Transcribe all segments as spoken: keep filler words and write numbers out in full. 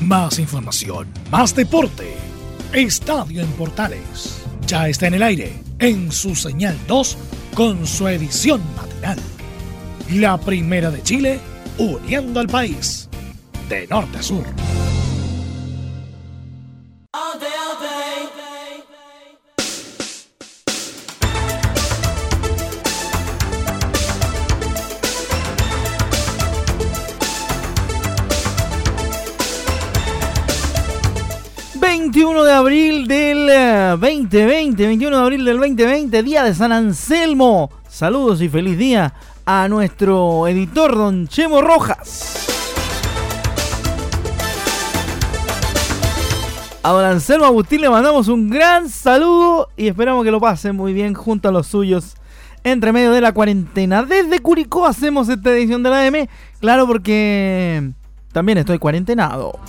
Más información, más deporte. Estadio en Portales ya está en el aire en su señal dos con su edición matinal. La primera de Chile, uniendo al país de norte a sur. veintiuno de abril del veinte veinte, veintiuno de abril del veinte veinte, día de San Anselmo. Saludos y feliz día a nuestro editor, don Chemo Rojas. A don Anselmo Agustín le mandamos un gran saludo y esperamos que lo pasen muy bien junto a los suyos entre medio de la cuarentena. Desde Curicó hacemos esta edición de la A M, claro, porque también estoy cuarentenado.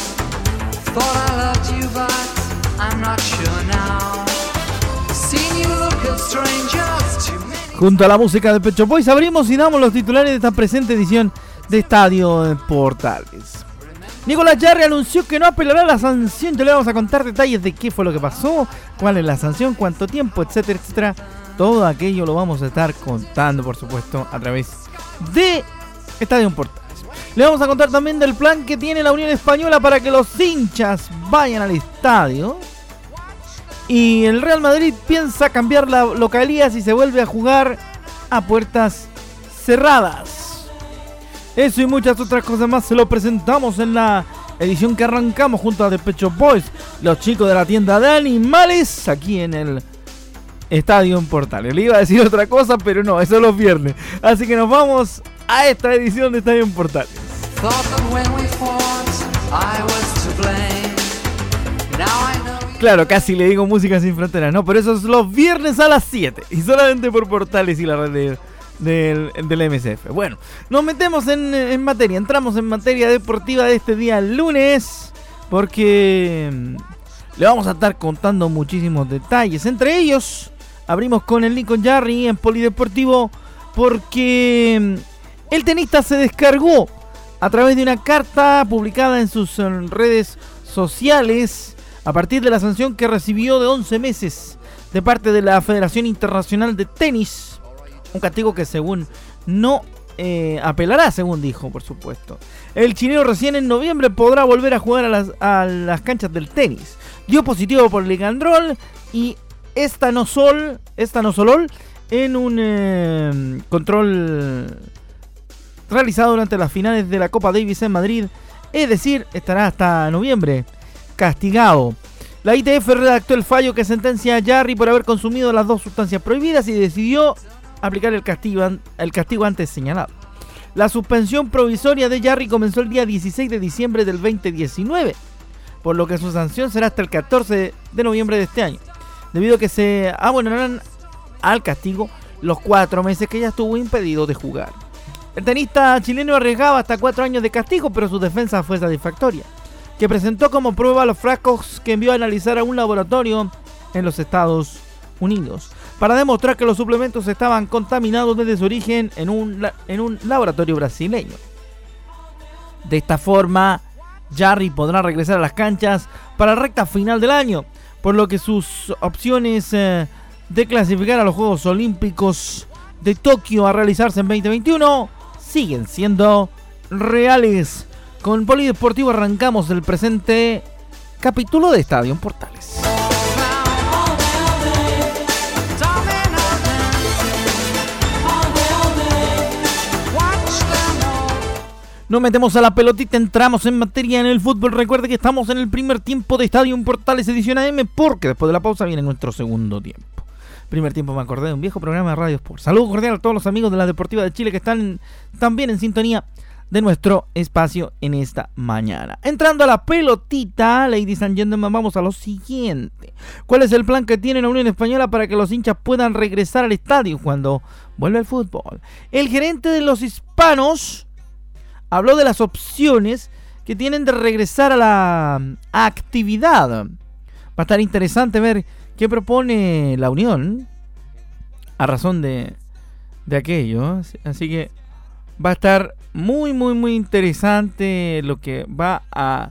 Junto a la música de Pet Shop Boys abrimos y damos los titulares de esta presente edición de Estadio Portales. Nicolás Jarry anunció que no apelará a la sanción. Ya le vamos a contar detalles de qué fue lo que pasó, cuál es la sanción, cuánto tiempo, etcétera, etcétera. Todo aquello lo vamos a estar contando, por supuesto, a través de Estadio Portales. Le vamos a contar también del plan que tiene la Unión Española para que los hinchas vayan al estadio. Y el Real Madrid piensa cambiar la localía si se vuelve a jugar a puertas cerradas. Eso y muchas otras cosas más se lo presentamos en la edición que arrancamos junto a The Pet Shop Boys, los chicos de la tienda de animales, aquí en el Estadio en Portales. Le iba a decir otra cosa, pero no, eso es los viernes. Así que nos vamos a esta edición de Estadio en Portales. Claro, casi le digo música sin fronteras, ¿no? Pero eso es los viernes a las siete y solamente por Portales y la red de, de, del M S F. Bueno, nos metemos en, en materia, entramos en materia deportiva de este día lunes, porque le vamos a estar contando muchísimos detalles. Entre ellos, abrimos con el Lincoln Jarry en Polideportivo, porque el tenista se descargó a través de una carta publicada en sus redes sociales a partir de la sanción que recibió de once meses de parte de la Federación Internacional de Tenis. Un castigo que según no eh, apelará, según dijo, por supuesto. El chileno recién en noviembre podrá volver a jugar a las, a las canchas del tenis. Dio positivo por ligandrol y estanosol, estanosol en un eh, control realizado durante las finales de la Copa Davis en Madrid. Es decir, estará hasta noviembre castigado. La I T F redactó el fallo que sentencia a Jarry por haber consumido las dos sustancias prohibidas y decidió aplicar el castigo, el castigo antes señalado. La suspensión provisoria de Jarry comenzó el día dieciséis de diciembre del veinte diecinueve, por lo que su sanción será hasta el catorce de noviembre de este año, debido a que se abonarán al castigo los cuatro meses que ya estuvo impedido de jugar. El tenista chileno arriesgaba hasta cuatro años de castigo, pero su defensa fue satisfactoria, que presentó como prueba los frascos que envió a analizar a un laboratorio en los Estados Unidos para demostrar que los suplementos estaban contaminados desde su origen en un, en un laboratorio brasileño. De esta forma, Jarry podrá regresar a las canchas para la recta final del año, por lo que sus opciones eh, de clasificar a los Juegos Olímpicos de Tokio a realizarse en veinte veintiuno siguen siendo reales. Con Polideportivo arrancamos el presente capítulo de Estadio en Portales. Nos metemos a la pelotita, entramos en materia en el fútbol. Recuerde que estamos en el primer tiempo de Estadio en Portales edición A M, porque después de la pausa viene nuestro segundo tiempo. Primer tiempo me acordé de un viejo programa de Radio Sport. Saludos cordial a todos los amigos de la Deportiva de Chile que están también en sintonía de nuestro espacio en esta mañana. Entrando a la pelotita, ladies and gentlemen, vamos a lo siguiente. ¿Cuál es el plan que tiene la Unión Española para que los hinchas puedan regresar al estadio cuando vuelva el fútbol? El gerente de los hispanos habló de las opciones que tienen de regresar a la actividad. Va a estar interesante ver qué propone la Unión a razón de, de aquello. Así que va a estar muy, muy, muy interesante lo que va a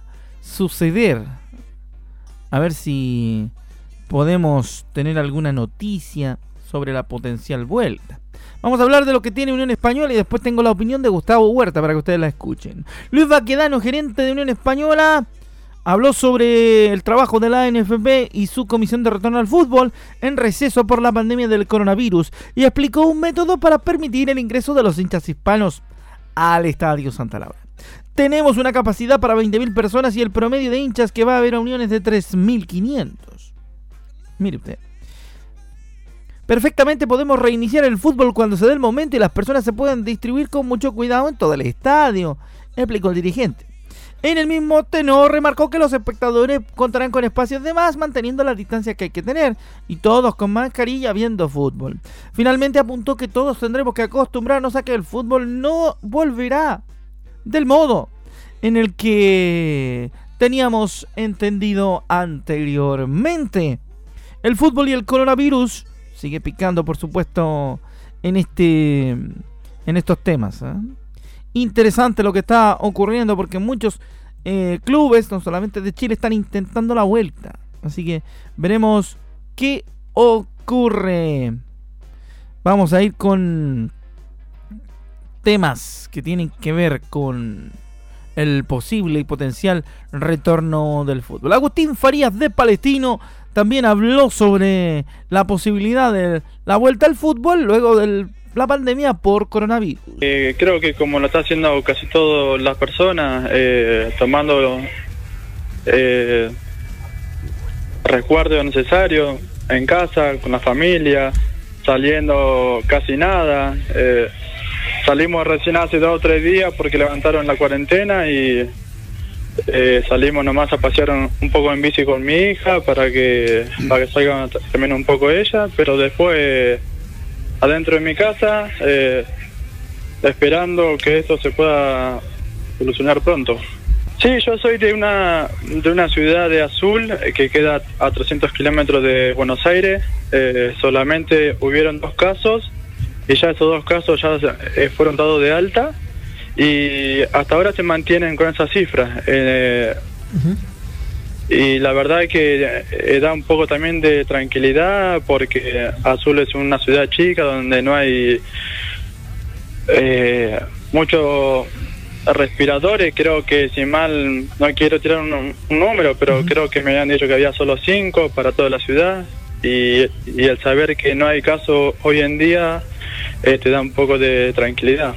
suceder. A ver si podemos tener alguna noticia sobre la potencial vuelta. Vamos a hablar de lo que tiene Unión Española y después tengo la opinión de Gustavo Huerta para que ustedes la escuchen. Luis Baquedano, gerente de Unión Española, habló sobre el trabajo de la A N F P y su comisión de retorno al fútbol en receso por la pandemia del coronavirus y explicó un método para permitir el ingreso de los hinchas hispanos al Estadio Santa Laura. Tenemos una capacidad para veinte mil personas y el promedio de hinchas que va a haber a Unión es de tres mil quinientos. Mire usted. Perfectamente podemos reiniciar el fútbol cuando se dé el momento y las personas se pueden distribuir con mucho cuidado en todo el estadio, explicó el dirigente. En el mismo tenor remarcó que los espectadores contarán con espacios de más manteniendo la distancia que hay que tener y todos con mascarilla viendo fútbol. Finalmente apuntó que todos tendremos que acostumbrarnos a que el fútbol no volverá del modo en el que teníamos entendido anteriormente. El fútbol y el coronavirus sigue picando, por supuesto, en este en estos temas, ¿eh? Interesante lo que está ocurriendo porque muchos eh, clubes, no solamente de Chile, están intentando la vuelta. Así que veremos qué ocurre. Vamos a ir con temas que tienen que ver con el posible y potencial retorno del fútbol. Agustín Farías de Palestino también habló sobre la posibilidad de la vuelta al fútbol luego de la pandemia por coronavirus. Eh, creo que como lo está haciendo casi todas las personas, eh, tomando eh, resguardo necesario en casa, con la familia, saliendo casi nada. Eh, salimos recién hace dos o tres días porque levantaron la cuarentena y Eh, salimos nomás a pasear un, un poco en bici con mi hija para que para que salga también un poco ella, pero después eh, adentro de mi casa eh, esperando que esto se pueda solucionar pronto. Sí, yo soy de una de una ciudad de Azul eh, que queda a trescientos kilómetros de Buenos Aires. Eh, solamente hubieron dos casos y ya esos dos casos ya eh, fueron dados de alta. Y hasta ahora se mantienen con esas cifras. Eh, uh-huh. Y la verdad es que eh, da un poco también de tranquilidad porque Azul es una ciudad chica donde no hay eh, muchos respiradores. Creo que, si mal, no quiero tirar un, un número, pero uh-huh. creo que me habían dicho que había solo cinco para toda la ciudad. Y, y el saber que no hay caso hoy en día eh, te da un poco de tranquilidad.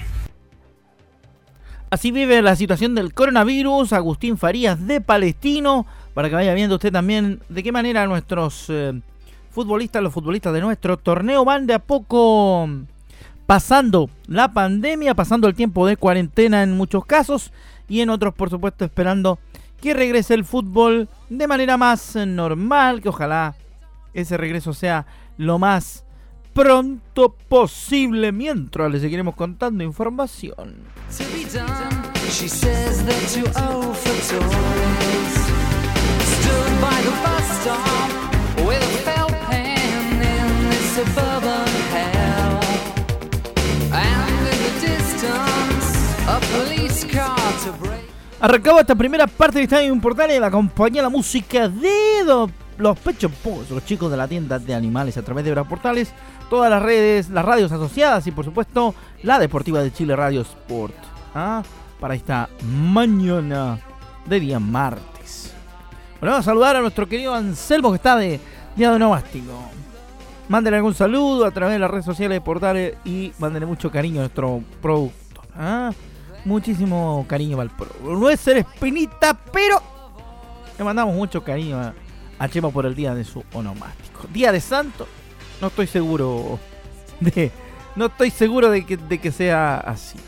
Así vive la situación del coronavirus Agustín Farías de Palestino, para que vaya viendo usted también de qué manera nuestros eh, futbolistas, los futbolistas de nuestro torneo van de a poco pasando la pandemia, pasando el tiempo de cuarentena en muchos casos y en otros, por supuesto, esperando que regrese el fútbol de manera más normal, que ojalá ese regreso sea lo más pronto posible. Mientras le seguiremos contando información. Arrancaba esta primera parte de Estadio Importales, la compañía la música de do, los Pechos Boys, los chicos de la tienda de animales a través de Bra Portales, todas las redes, las radios asociadas y por supuesto la Deportiva de Chile Radio Sport. ¿Ah? Para esta mañana de día martes. Bueno, vamos a saludar a nuestro querido Anselmo que está de día de nomástico. Mándenle algún saludo a través de las redes sociales de Portales y mándenle mucho cariño a nuestro productor. ¿Ah? Muchísimo cariño para el pro. No es ser espinita, pero le mandamos mucho cariño a, a Chema por el día de su onomástico. Día de Santo, no estoy seguro de, no estoy seguro de que, de que sea así.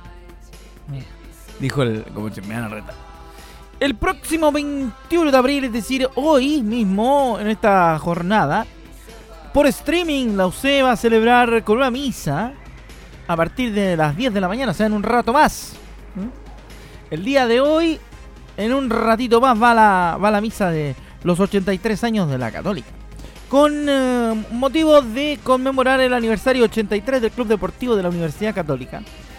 Dijo el, como se me van a retar. El próximo veintiuno de abril, es decir, hoy mismo, en esta jornada, por streaming, la U C va a celebrar con una misa a partir de las diez de la mañana, o sea, en un rato más. El día de hoy, en un ratito más, va la, va la misa de los ochenta y tres años de la Católica. Con eh, motivo de conmemorar el aniversario ochenta y tres del Club Deportivo de la Universidad Católica.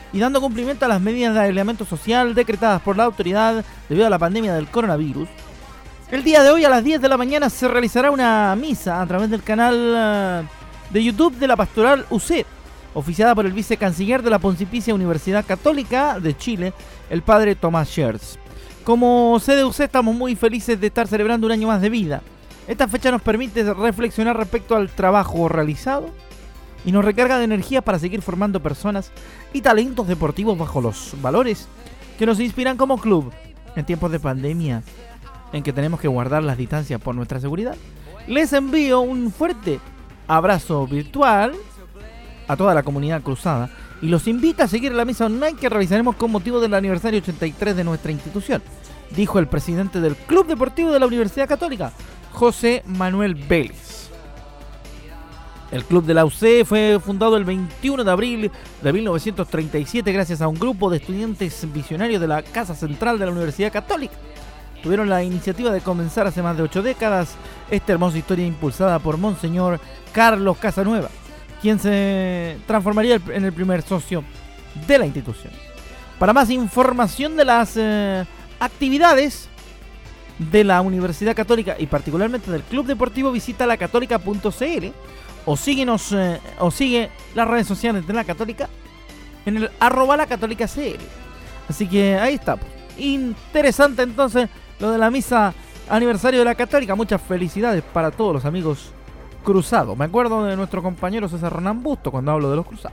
y dando cumplimiento a las medidas de aislamiento social decretadas por la autoridad debido a la pandemia del coronavirus, el día de hoy a las diez de la mañana se realizará una misa a través del canal de YouTube de la Pastoral U C, oficiada por el vicecanciller de la Pontificia Universidad Católica de Chile, el padre Tomás Scherz. Como sede U C estamos muy felices de estar celebrando un año más de vida. Esta fecha nos permite reflexionar respecto al trabajo realizado y nos recarga de energía para seguir formando personas y talentos deportivos bajo los valores que nos inspiran como club en tiempos de pandemia en que tenemos que guardar las distancias por nuestra seguridad. Les envío un fuerte abrazo virtual a toda la comunidad cruzada y los invito a seguir la misa online que realizaremos con motivo del aniversario ochenta y tres de nuestra institución, dijo el presidente del Club Deportivo de la Universidad Católica, José Manuel Vélez. El club de la U C fue fundado el veintiuno de abril de mil novecientos treinta y siete gracias a un grupo de estudiantes visionarios de la Casa Central de la Universidad Católica. Tuvieron la iniciativa de comenzar hace más de ocho décadas esta hermosa historia impulsada por Monseñor Carlos Casanueva, quien se transformaría en el primer socio de la institución. Para más información de las eh, actividades de la Universidad Católica y particularmente del Club Deportivo, visita la católica punto c l o síguenos eh, o sigue las redes sociales de la Católica en el arroba la católica cl. Así que ahí está. Interesante entonces lo de la misa aniversario de la Católica. Muchas felicidades para todos los amigos cruzados. Me acuerdo de nuestro compañero César Ronán Busto cuando hablo de los cruzados.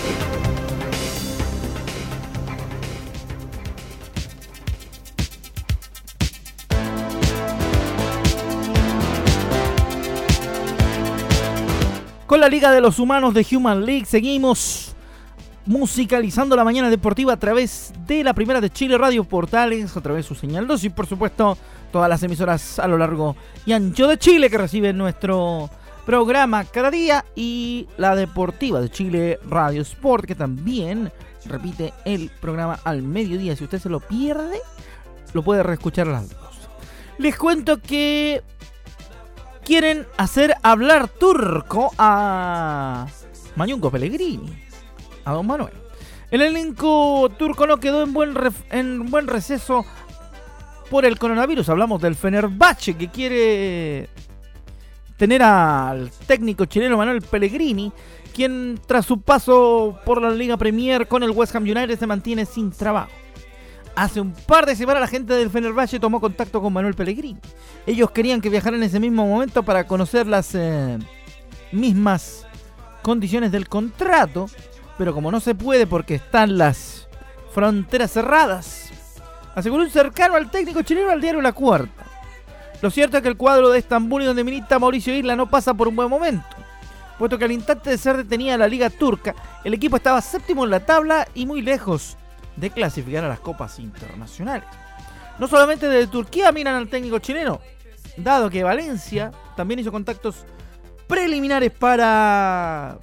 Con la Liga de los Humanos de Human League seguimos musicalizando la mañana deportiva a través de la Primera de Chile Radio Portales, a través de su señal dos y por supuesto todas las emisoras a lo largo y ancho de Chile que reciben nuestro programa cada día, y la Deportiva de Chile Radio Sport que también repite el programa al mediodía. Si usted se lo pierde, lo puede reescuchar a las dos. Les cuento que quieren hacer hablar turco a Mañunco Pellegrini, a don Manuel. El elenco turco no quedó en buen, ref, en buen receso por el coronavirus. Hablamos del Fenerbahce, que quiere tener al técnico chileno Manuel Pellegrini, quien tras su paso por la Liga Premier con el West Ham United se mantiene sin trabajo. Hace un par de semanas la gente del Fenerbahce tomó contacto con Manuel Pellegrini. Ellos querían que viajara en ese mismo momento para conocer las eh, mismas condiciones del contrato, pero como no se puede porque están las fronteras cerradas, aseguró un cercano al técnico chileno al diario La Cuarta. Lo cierto es que el cuadro de Estambul y donde milita Mauricio Isla no pasa por un buen momento, puesto que al instante de ser detenida la liga turca, el equipo estaba séptimo en la tabla y muy lejos de clasificar a las copas internacionales. No solamente desde Turquía miran al técnico chileno, dado que Valencia también hizo contactos preliminares para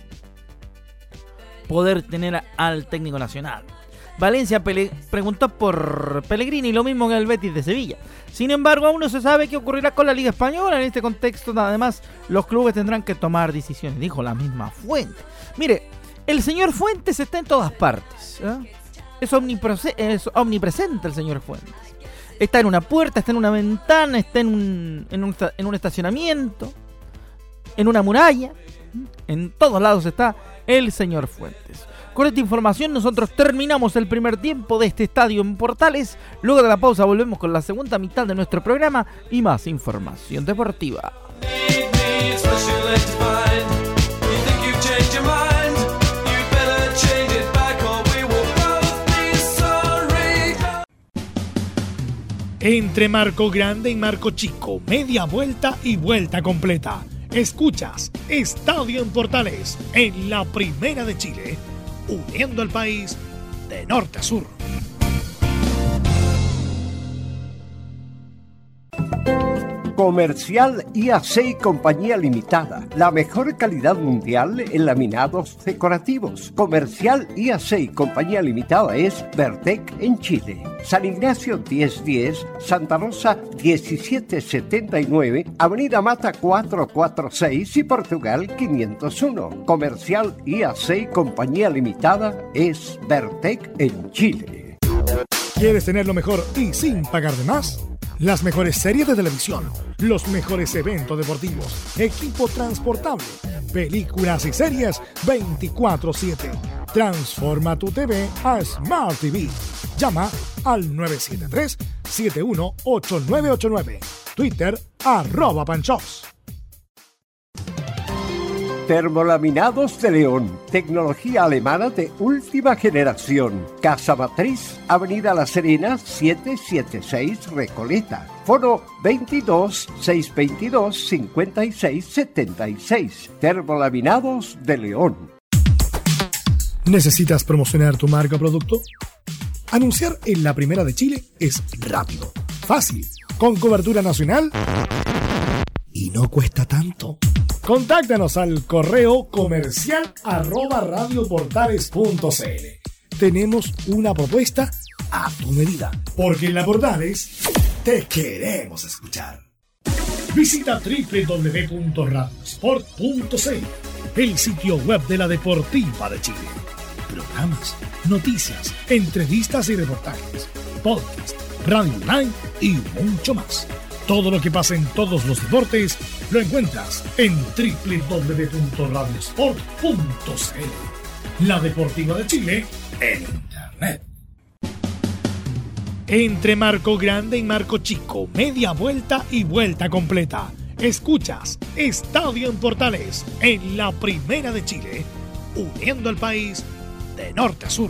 poder tener al técnico nacional. Valencia pele- preguntó por Pellegrini, lo mismo que el Betis de Sevilla. Sin embargo, aún no se sabe qué ocurrirá con la Liga Española. En este contexto, además, los clubes tendrán que tomar decisiones, dijo la misma fuente. Mire, el señor Fuentes está en todas partes, ¿eh? Es, omniprese- es omnipresente el señor Fuentes. Está en una puerta, está en una ventana, está en un, en un, en un estacionamiento, en una muralla. En todos lados está el señor Fuentes. Con esta información nosotros terminamos el primer tiempo de este estadio en Portales. Luego de la pausa volvemos con la segunda mitad de nuestro programa y más información deportiva. Entre Marco Grande y Marco Chico, media vuelta y vuelta completa. Escuchas Estadio en Portales en la Primera de Chile, uniendo al país de norte a sur. Comercial I A C y Compañía Limitada, la mejor calidad mundial en laminados decorativos. Comercial I A C y Compañía Limitada es Vertec en Chile. San Ignacio diez diez, Santa Rosa diecisiete setenta y nueve, Avenida Mata cuatrocientos cuarenta y seis y Portugal quinientos uno. Comercial I A C y Compañía Limitada es Vertec en Chile. ¿Quieres tener lo mejor y sin pagar de más? Las mejores series de televisión, los mejores eventos deportivos, equipo transportable, películas y series veinticuatro siete. Transforma tu T V a Smart T V. Llama al nueve siete tres, siete uno ocho nueve ocho nueve. Twitter, arroba Panchops. Termolaminados de León, tecnología alemana de última generación. Casa Matriz, Avenida La Serena, setecientos setenta y seis, Recoleta. Foro veintidós, seiscientos veintidós, cincuenta y seis setenta y seis. Termolaminados de León. ¿Necesitas promocionar tu marca o producto? Anunciar en la Primera de Chile es rápido, fácil, con cobertura nacional y no cuesta tanto. Contáctanos al correo comercial arroba radioportales punto cl. Tenemos una propuesta a tu medida, porque en la Portales te queremos escuchar. Visita doble u doble u doble u punto radiosport punto cl, el sitio web de la Deportiva de Chile. Programas, noticias, entrevistas y reportajes, podcast, radio online y mucho más. Todo lo que pasa en todos los deportes lo encuentras en doble u doble u doble u punto radiosport punto cl. La Deportiva de Chile en Internet. Entre Marco Grande y Marco Chico, media vuelta y vuelta completa. Escuchas Estadio en Portales en la Primera de Chile, uniendo al país de norte a sur.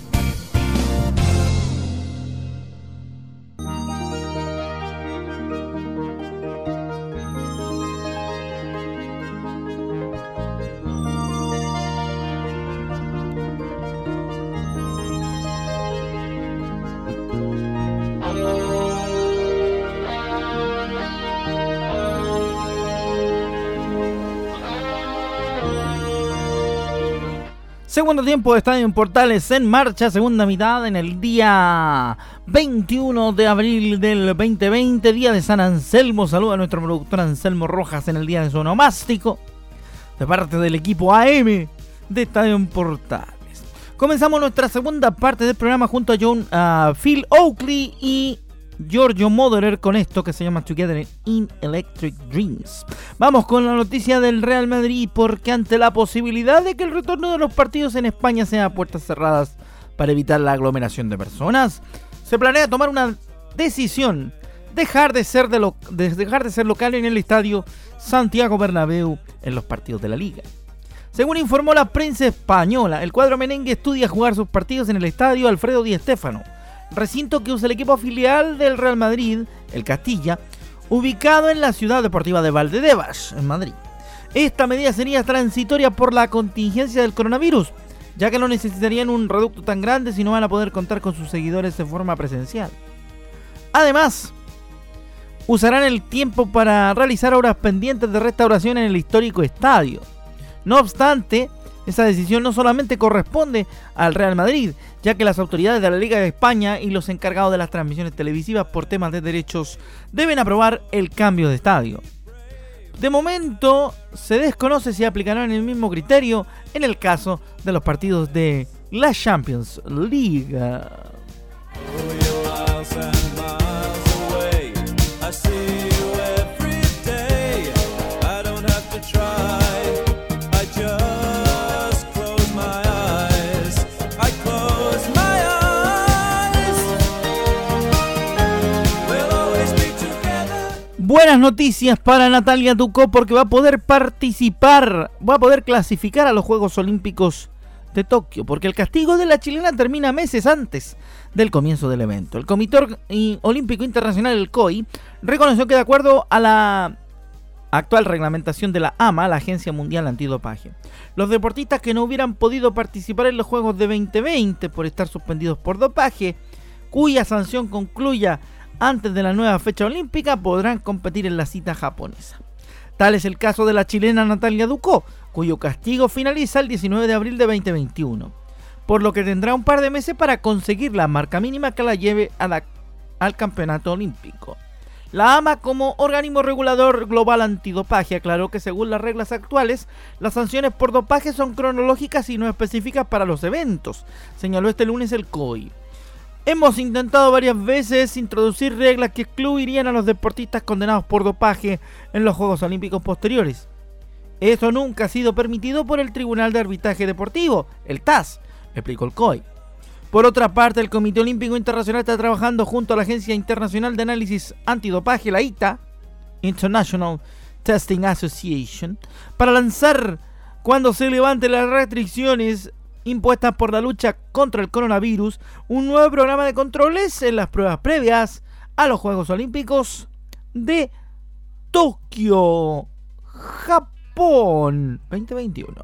Segundo tiempo de Estadio en Portales en marcha, segunda mitad en el día veintiuno de abril del veinte veinte, día de San Anselmo. Saluda a nuestro productor Anselmo Rojas en el día de su onomástico, de parte del equipo A M de Estadio en Portales. Comenzamos nuestra segunda parte del programa junto a John, uh, Phil Oakley y Giorgio Moroder con esto que se llama Together in Electric Dreams. Vamos con la noticia del Real Madrid, porque ante la posibilidad de que el retorno de los partidos en España sea a puertas cerradas para evitar la aglomeración de personas, se planea tomar una decisión: dejar de ser, de lo, de dejar de ser local en el estadio Santiago Bernabéu en los partidos de la Liga. Según informó la prensa española, el cuadro merengue estudia jugar sus partidos en el estadio Alfredo Di Stéfano, recinto que usa el equipo filial del Real Madrid, el Castilla, ubicado en la ciudad deportiva de Valdebebas, en Madrid. Esta medida sería transitoria por la contingencia del coronavirus, ya que no necesitarían un reducto tan grande si no van a poder contar con sus seguidores de forma presencial. Además, usarán el tiempo para realizar obras pendientes de restauración en el histórico estadio. No obstante, esa decisión no solamente corresponde al Real Madrid, ya que las autoridades de la Liga de España y los encargados de las transmisiones televisivas por temas de derechos deben aprobar el cambio de estadio. De momento, se desconoce si aplicarán el mismo criterio en el caso de los partidos de la Champions League. Buenas noticias para Natalia Ducó, porque va a poder participar, va a poder clasificar a los Juegos Olímpicos de Tokio, porque el castigo de la chilena termina meses antes del comienzo del evento. El Comité Olímpico Internacional, el C O I, reconoció que de acuerdo a la actual reglamentación de la A M A, la Agencia Mundial Antidopaje, los deportistas que no hubieran podido participar en los Juegos de veinte veinte por estar suspendidos por dopaje, cuya sanción concluya antes de la nueva fecha olímpica podrán competir en la cita japonesa. Tal es el caso de la chilena Natalia Ducó, cuyo castigo finaliza el diecinueve de abril de veinte veintiuno, por lo que tendrá un par de meses para conseguir la marca mínima que la lleve a la, al campeonato olímpico. La AMA, como organismo regulador global antidopaje, aclaró que según las reglas actuales, las sanciones por dopaje son cronológicas y no específicas para los eventos, señaló este lunes el C O I. Hemos intentado varias veces introducir reglas que excluirían a los deportistas condenados por dopaje en los Juegos Olímpicos posteriores. Eso nunca ha sido permitido por el Tribunal de Arbitraje Deportivo, el T A S, explicó el C O I. Por otra parte, el Comité Olímpico Internacional está trabajando junto a la Agencia Internacional de Análisis Antidopaje, la I T A, International Testing Association, para lanzar, cuando se levanten las restricciones impuestas por la lucha contra el coronavirus, un nuevo programa de controles en las pruebas previas a los Juegos Olímpicos de Tokio, Japón veinte veintiuno.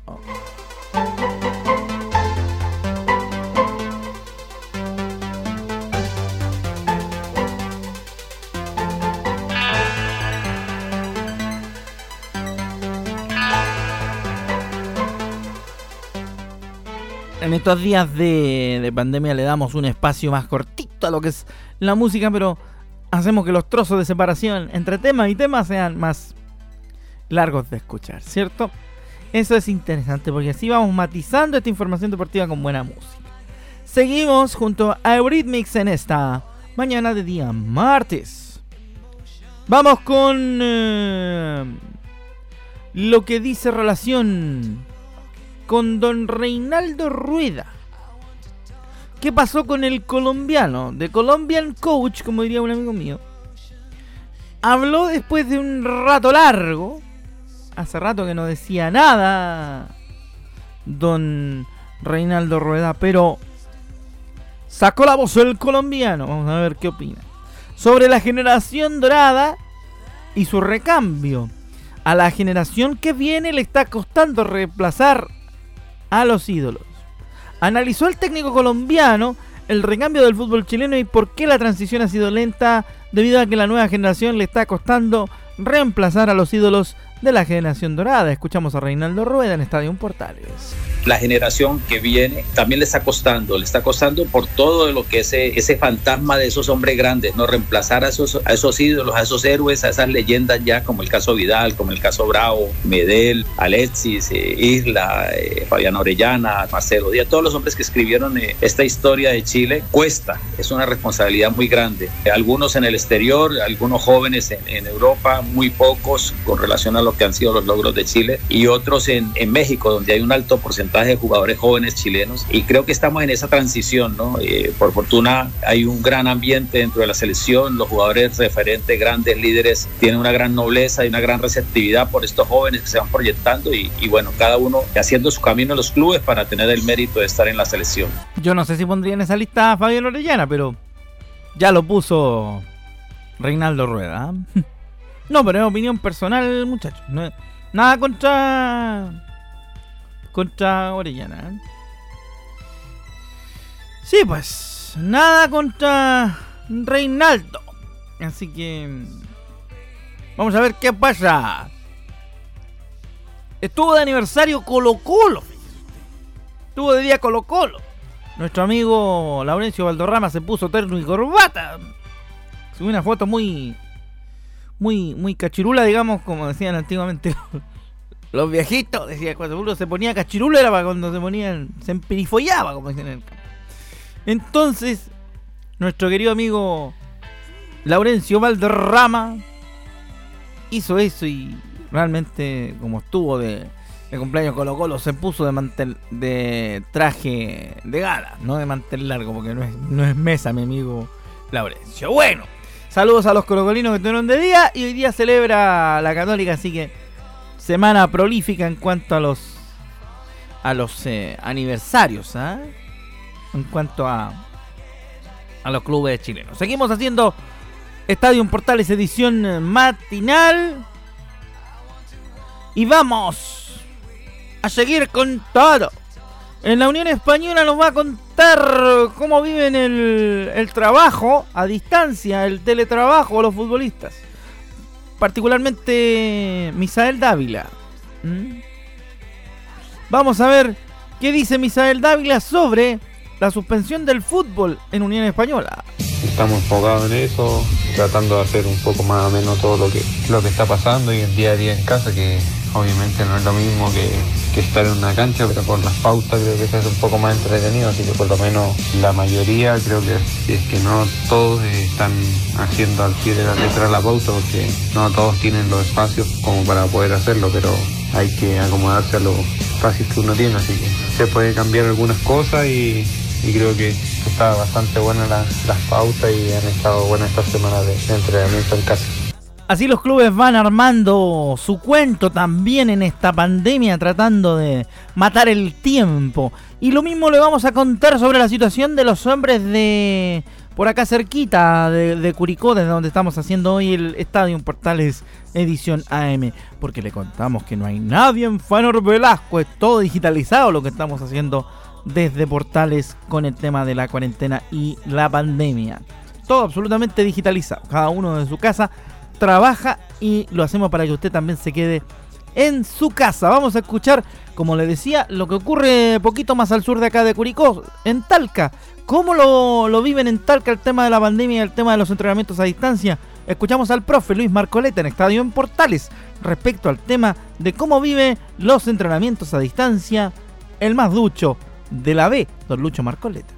En estos días de, de pandemia le damos un espacio más cortito a lo que es la música, pero hacemos que los trozos de separación entre tema y tema sean más largos de escuchar, ¿cierto? Eso es interesante porque así vamos matizando esta información deportiva con buena música. Seguimos junto a Eurythmics en esta mañana de día martes. Vamos con eh, lo que dice relación con don Reinaldo Rueda. ¿Qué pasó con el colombiano? The Colombian Coach, como diría un amigo mío. Habló después de un rato largo. Hace rato que no decía nada don Reinaldo Rueda, pero sacó la voz el colombiano. Vamos a ver qué opina sobre la generación dorada y su recambio. A la generación que viene le está costando reemplazar a los ídolos. Analizó el técnico colombiano el recambio del fútbol chileno y por qué la transición ha sido lenta, debido a que la nueva generación le está costando reemplazar a los ídolos de la generación dorada. Escuchamos a Reinaldo Rueda en Estadio Portales. La generación que viene también le está costando, le está costando por todo lo que ese, ese fantasma de esos hombres grandes, no reemplazar a esos, a esos ídolos, a esos héroes, a esas leyendas ya, como el caso Vidal, como el caso Bravo, Medel, Alexis, eh, Isla, eh, Fabián Orellana, Marcelo Díaz, todos los hombres que escribieron eh, esta historia de Chile. Cuesta, es una responsabilidad muy grande. Algunos en el exterior, algunos jóvenes en, en Europa, muy pocos con relación a lo que han sido los logros de Chile, y otros en, en México, donde hay un alto porcentaje de jugadores jóvenes chilenos, y creo que estamos en esa transición, ¿no? Eh, por fortuna hay un gran ambiente dentro de la selección, los jugadores referentes, grandes líderes, tienen una gran nobleza y una gran receptividad por estos jóvenes que se van proyectando, y, y bueno, cada uno haciendo su camino en los clubes para tener el mérito de estar en la selección. Yo no sé si pondría en esa lista a Fabián Orellana, pero ya lo puso Reinaldo Rueda. No, pero es opinión personal, muchachos. No, nada contra contra Orellana, ¿eh? Sí, pues nada contra Reinaldo. Así que vamos a ver qué pasa. Estuvo de aniversario Colo Colo. Estuvo de día Colo Colo. Nuestro amigo Laurencio Valderrama se puso terno y corbata. Subió una foto muy Muy, muy cachirula, digamos, como decían antiguamente los viejitos. Decía, cuando uno se ponía cachirula era para cuando se ponían, se emperifollaba, como decían en el campo. Entonces, nuestro querido amigo Laurencio Valderrama hizo eso y realmente, como estuvo de, de cumpleaños Colo Colo, se puso de mantel, de traje de gala, no de mantel largo, porque no es, no es mesa, mi amigo Laurencio. Bueno, saludos a los colocolinos que estuvieron de día y hoy día celebra la Católica, así que semana prolífica en cuanto a los a los eh, aniversarios, ¿eh? En cuanto a a los clubes chilenos. Seguimos haciendo Estadio Portales edición matinal y vamos a seguir con todo. En la Unión Española nos va a contar cómo viven el, el trabajo a distancia, el teletrabajo, los futbolistas. Particularmente Misael Dávila. ¿Mm? Vamos a ver qué dice Misael Dávila sobre la suspensión del fútbol en Unión Española. Estamos enfocados en eso, tratando de hacer un poco más o menos todo lo que, lo que está pasando y el día a día en casa, que obviamente no es lo mismo que, que estar en una cancha, pero con las pautas creo que se hace un poco más entretenido, así que por lo menos la mayoría, creo que si es que no todos están haciendo al pie de la letra la pauta, porque no todos tienen los espacios como para poder hacerlo, pero hay que acomodarse a lo fácil que uno tiene, así que se puede cambiar algunas cosas y, y creo que está bastante buena la, las pautas y han estado buenas estas semanas de, de entrenamiento en casa. Así los clubes van armando su cuento también en esta pandemia, tratando de matar el tiempo. Y lo mismo le vamos a contar sobre la situación de los hombres de por acá cerquita de, de Curicó, desde donde estamos haciendo hoy el Estadio Portales edición A M. Porque le contamos que no hay nadie en Fanor Velasco, es todo digitalizado lo que estamos haciendo desde Portales con el tema de la cuarentena y la pandemia. Todo absolutamente digitalizado, cada uno de su casa trabaja y lo hacemos para que usted también se quede en su casa. Vamos a escuchar, como le decía, lo que ocurre poquito más al sur de acá de Curicó, en Talca. ¿Cómo lo, lo viven en Talca el tema de la pandemia y el tema de los entrenamientos a distancia? Escuchamos al profe Luis Marcoleta en Estadio en Portales respecto al tema de cómo vive los entrenamientos a distancia el más ducho de la B, don Lucho Marcoleta.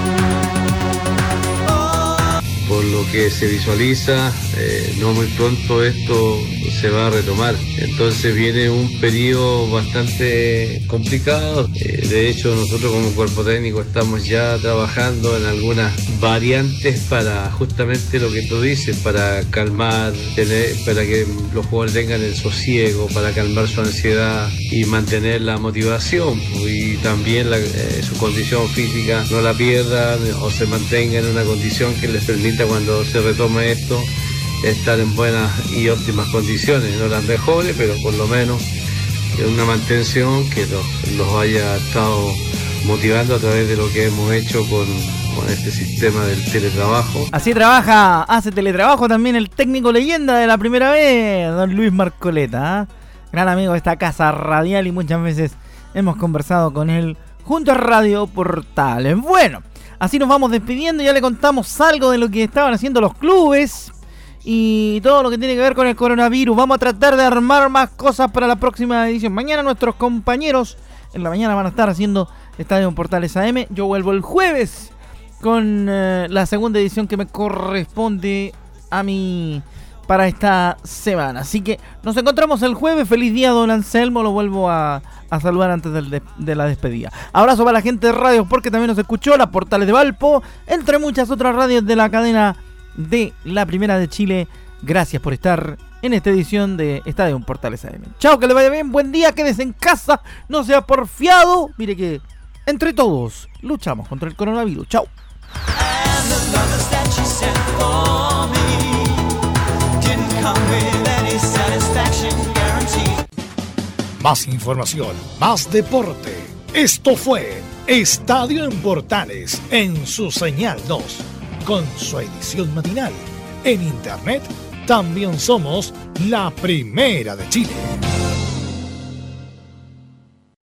Por lo que se visualiza, eh, no muy pronto esto se va a retomar. Entonces viene un periodo bastante complicado. Eh, de hecho, nosotros como cuerpo técnico estamos ya trabajando en algunas variantes para justamente lo que tú dices, para calmar, tener, para que los jugadores tengan el sosiego, para calmar su ansiedad y mantener la motivación. Y también la, eh, su condición física no la pierdan o se mantenga en una condición que les permita, cuando se retome esto, estar en buenas y óptimas condiciones, no las mejores, pero por lo menos en una mantención que los, los haya estado motivando a través de lo que hemos hecho con, con este sistema del teletrabajo. Así trabaja, hace teletrabajo también el técnico leyenda de la primera vez, don Luis Marcoleta, ¿eh? Gran amigo de esta casa radial y muchas veces hemos conversado con él junto a Radio Portales. Bueno, así nos vamos despidiendo, ya le contamos algo de lo que estaban haciendo los clubes y todo lo que tiene que ver con el coronavirus. Vamos a tratar de armar más cosas para la próxima edición. Mañana nuestros compañeros en la mañana van a estar haciendo Estadio Portales A M. Yo vuelvo el jueves con eh, la segunda edición que me corresponde a mí para esta semana. Así que nos encontramos el jueves. Feliz día, don Anselmo. Lo vuelvo a, a saludar antes de, de la despedida. Abrazo para la gente de radios porque también nos escuchó, la Portales de Valpo, entre muchas otras radios de la cadena de la Primera de Chile. Gracias por estar en esta edición de Estadio Portales A M. Chao, que le vaya bien, buen día, quédese en casa, no sea porfiado. Mire que entre todos luchamos contra el coronavirus. Chao. Más información, más deporte. Esto fue Estadio en Portales en su señal dos, con su edición matinal. En internet también somos la Primera de Chile.